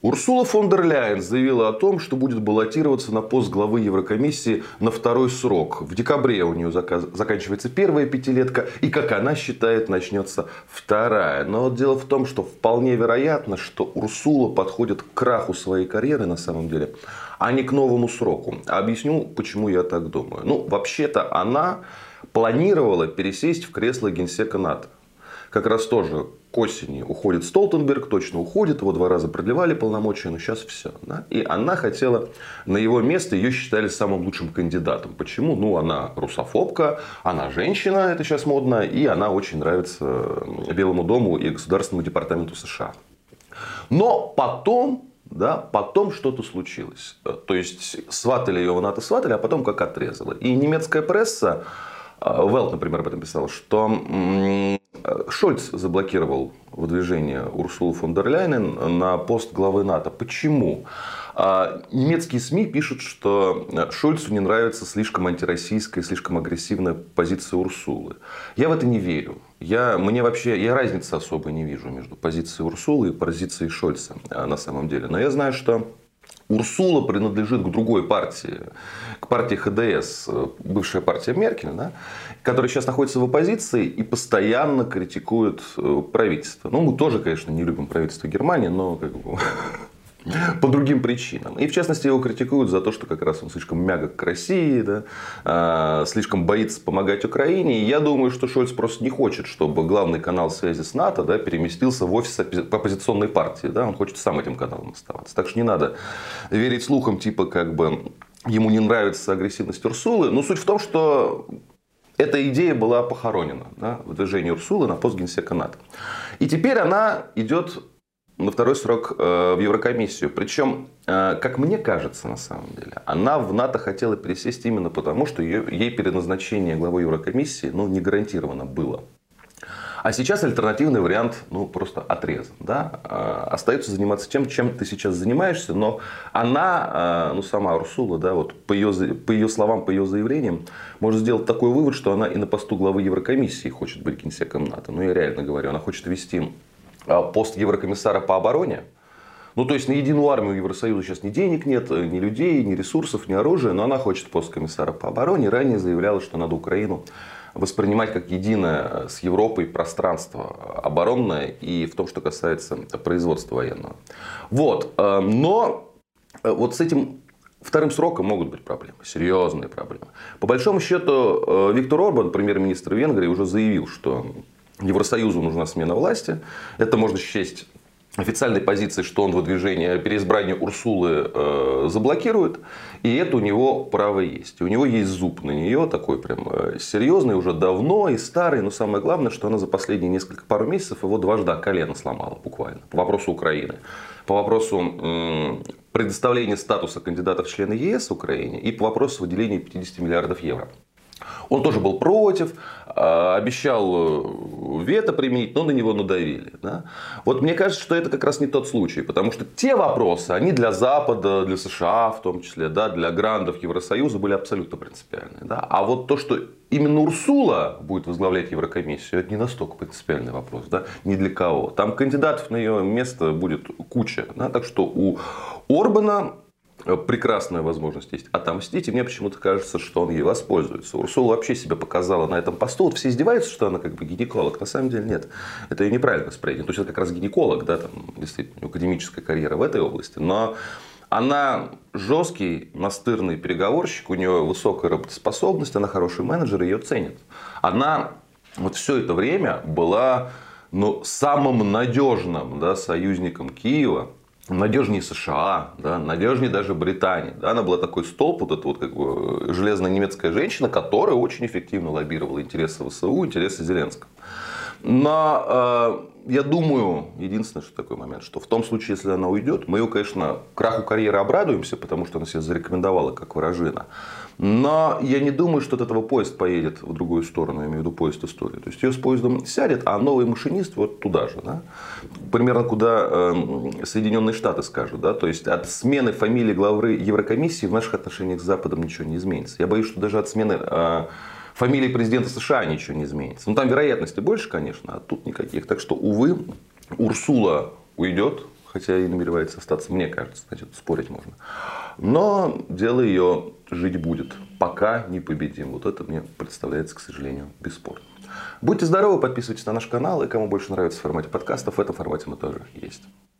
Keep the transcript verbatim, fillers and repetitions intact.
Урсула фон дер Ляйен заявила о том, что будет баллотироваться на пост главы Еврокомиссии на второй срок. В декабре у нее заказ... заканчивается первая пятилетка, и, как она считает, начнется вторая. Но вот дело в том, что вполне вероятно, что Урсула подходит к краху своей карьеры на самом деле, а не к новому сроку. Объясню, почему я так думаю. Ну, вообще-то она планировала пересесть в кресло генсека НАТО. Как раз тоже к осени уходит Столтенберг, точно уходит, его два раза продлевали полномочия, но сейчас все. Да? И она хотела на его место, ее считали самым лучшим кандидатом. Почему? Ну, она русофобка, она женщина, это сейчас модно, и она очень нравится Белому дому и Государственному департаменту США. Но потом... Да, потом что-то случилось. То есть сватали ее в НАТО, сватали, а потом как отрезало. И немецкая пресса, Велт, например, об этом писал, что Шольц заблокировал выдвижение Урсулы фон дер Ляйен на пост главы НАТО. Почему? Немецкие СМИ пишут, что Шольцу не нравится слишком антироссийская, слишком агрессивная позиция Урсулы. Я в это не верю. Я, мне вообще, я разницы особо не вижу между позицией Урсулы и позицией Шольца на самом деле. Но я знаю, что Урсула принадлежит к другой партии, к партии ха дэ эс, бывшая партия Меркель, да, которая сейчас находится в оппозиции и постоянно критикует правительство. Ну, мы тоже, конечно, не любим правительство Германии, но как бы... по другим причинам. И в частности его критикуют за то, что как раз он слишком мягок к России, да, слишком боится помогать Украине. И я думаю, что Шольц просто не хочет, чтобы главный канал связи с НАТО, да, переместился в офис оппозиционной партии. Да, он хочет сам этим каналом оставаться. Так что не надо верить слухам типа как бы ему не нравится агрессивность Урсулы. Но суть в том, что эта идея была похоронена, да, выдвижение Урсулы на пост генсека НАТО. И теперь она идет на второй срок в Еврокомиссию. Причем, как мне кажется, на самом деле, она в НАТО хотела пересесть именно потому, что ее, ей переназначение главой Еврокомиссии ну, не гарантировано было. А сейчас альтернативный вариант ну, просто отрезан. Да? Остается заниматься тем, чем ты сейчас занимаешься. Но она, ну сама Урсула, да, вот, по, ее, по ее словам, по ее заявлениям, может сделать такой вывод, что она и на посту главы Еврокомиссии хочет быть генсеком НАТО. Ну, я реально говорю, она хочет вести пост еврокомиссара по обороне. Ну, то есть, на единую армию Евросоюза сейчас ни денег нет, ни людей, ни ресурсов, ни оружия. Но она хочет пост комиссара по обороне. Ранее заявляла, что надо Украину воспринимать как единое с Европой пространство оборонное. И в том, что касается производства военного. Вот. Но вот с этим вторым сроком могут быть проблемы. Серьезные проблемы. По большому счету, Виктор Орбан, премьер-министр Венгрии, уже заявил, что Евросоюзу нужна смена власти. Это можно счесть официальной позицией, что он выдвижение, переизбрание Урсулы э, заблокирует. И это у него право есть. И у него есть зуб на нее, такой прям серьезный, уже давно и старый. Но самое главное, что она за последние несколько пару месяцев его дважды колено сломала буквально. По вопросу Украины. По вопросу э, предоставления статуса кандидата в члены е эс Украине. И по вопросу выделения пятидесяти миллиардов евро. Он тоже был против, обещал вето применить, но на него надавили. Да? Вот мне кажется, что это как раз не тот случай. Потому что те вопросы, они для Запада, для США в том числе, да, для грандов Евросоюза были абсолютно принципиальные. Да? А вот то, что именно Урсула будет возглавлять Еврокомиссию, это не настолько принципиальный вопрос. Да? Ни для кого. Там кандидатов на ее место будет куча. Да? Так что у Орбана прекрасная возможность есть отомстить. И мне почему-то кажется, что он ей воспользуется. Урсула вообще себя показала на этом посту. Вот все издеваются, что она как бы гинеколог. На самом деле нет. Это ее неправильно восприятие. То есть это как раз гинеколог, да, там, действительно, академическая карьера в этой области. Но она жесткий, настырный переговорщик. У нее высокая работоспособность. Она хороший менеджер, ее ценят. Она вот все это время была ну, самым надежным, да, союзником Киева. Надежнее США, да, надежнее даже Британии. Да, она была такой столб, вот эта вот как бы железная немецкая женщина, которая очень эффективно лоббировала интересы вэ эс у, интересы Зеленского. Но э, я думаю, единственное, что такой момент, что в том случае, если она уйдет, мы ее, конечно, краху карьеры обрадуемся, потому что она себя зарекомендовала как вражина. Но я не думаю, что от этого поезд поедет в другую сторону, я имею в виду поезд истории. То есть ее с поездом сядет, а новый машинист вот туда же. Да? Примерно куда э, Соединенные Штаты скажут. Да? То есть от смены фамилии главы Еврокомиссии в наших отношениях с Западом ничего не изменится. Я боюсь, что даже от смены э, фамилии президента США ничего не изменится. Ну там вероятности больше, конечно, а тут никаких. Так что, увы, Урсула уйдет. хотя и намеревается остаться, мне кажется, значит, спорить можно. Но дело ее жить будет, пока не победим. Вот это мне представляется, к сожалению, бесспорно. Будьте здоровы, подписывайтесь на наш канал, и кому больше нравится в формате подкастов, в этом формате мы тоже есть.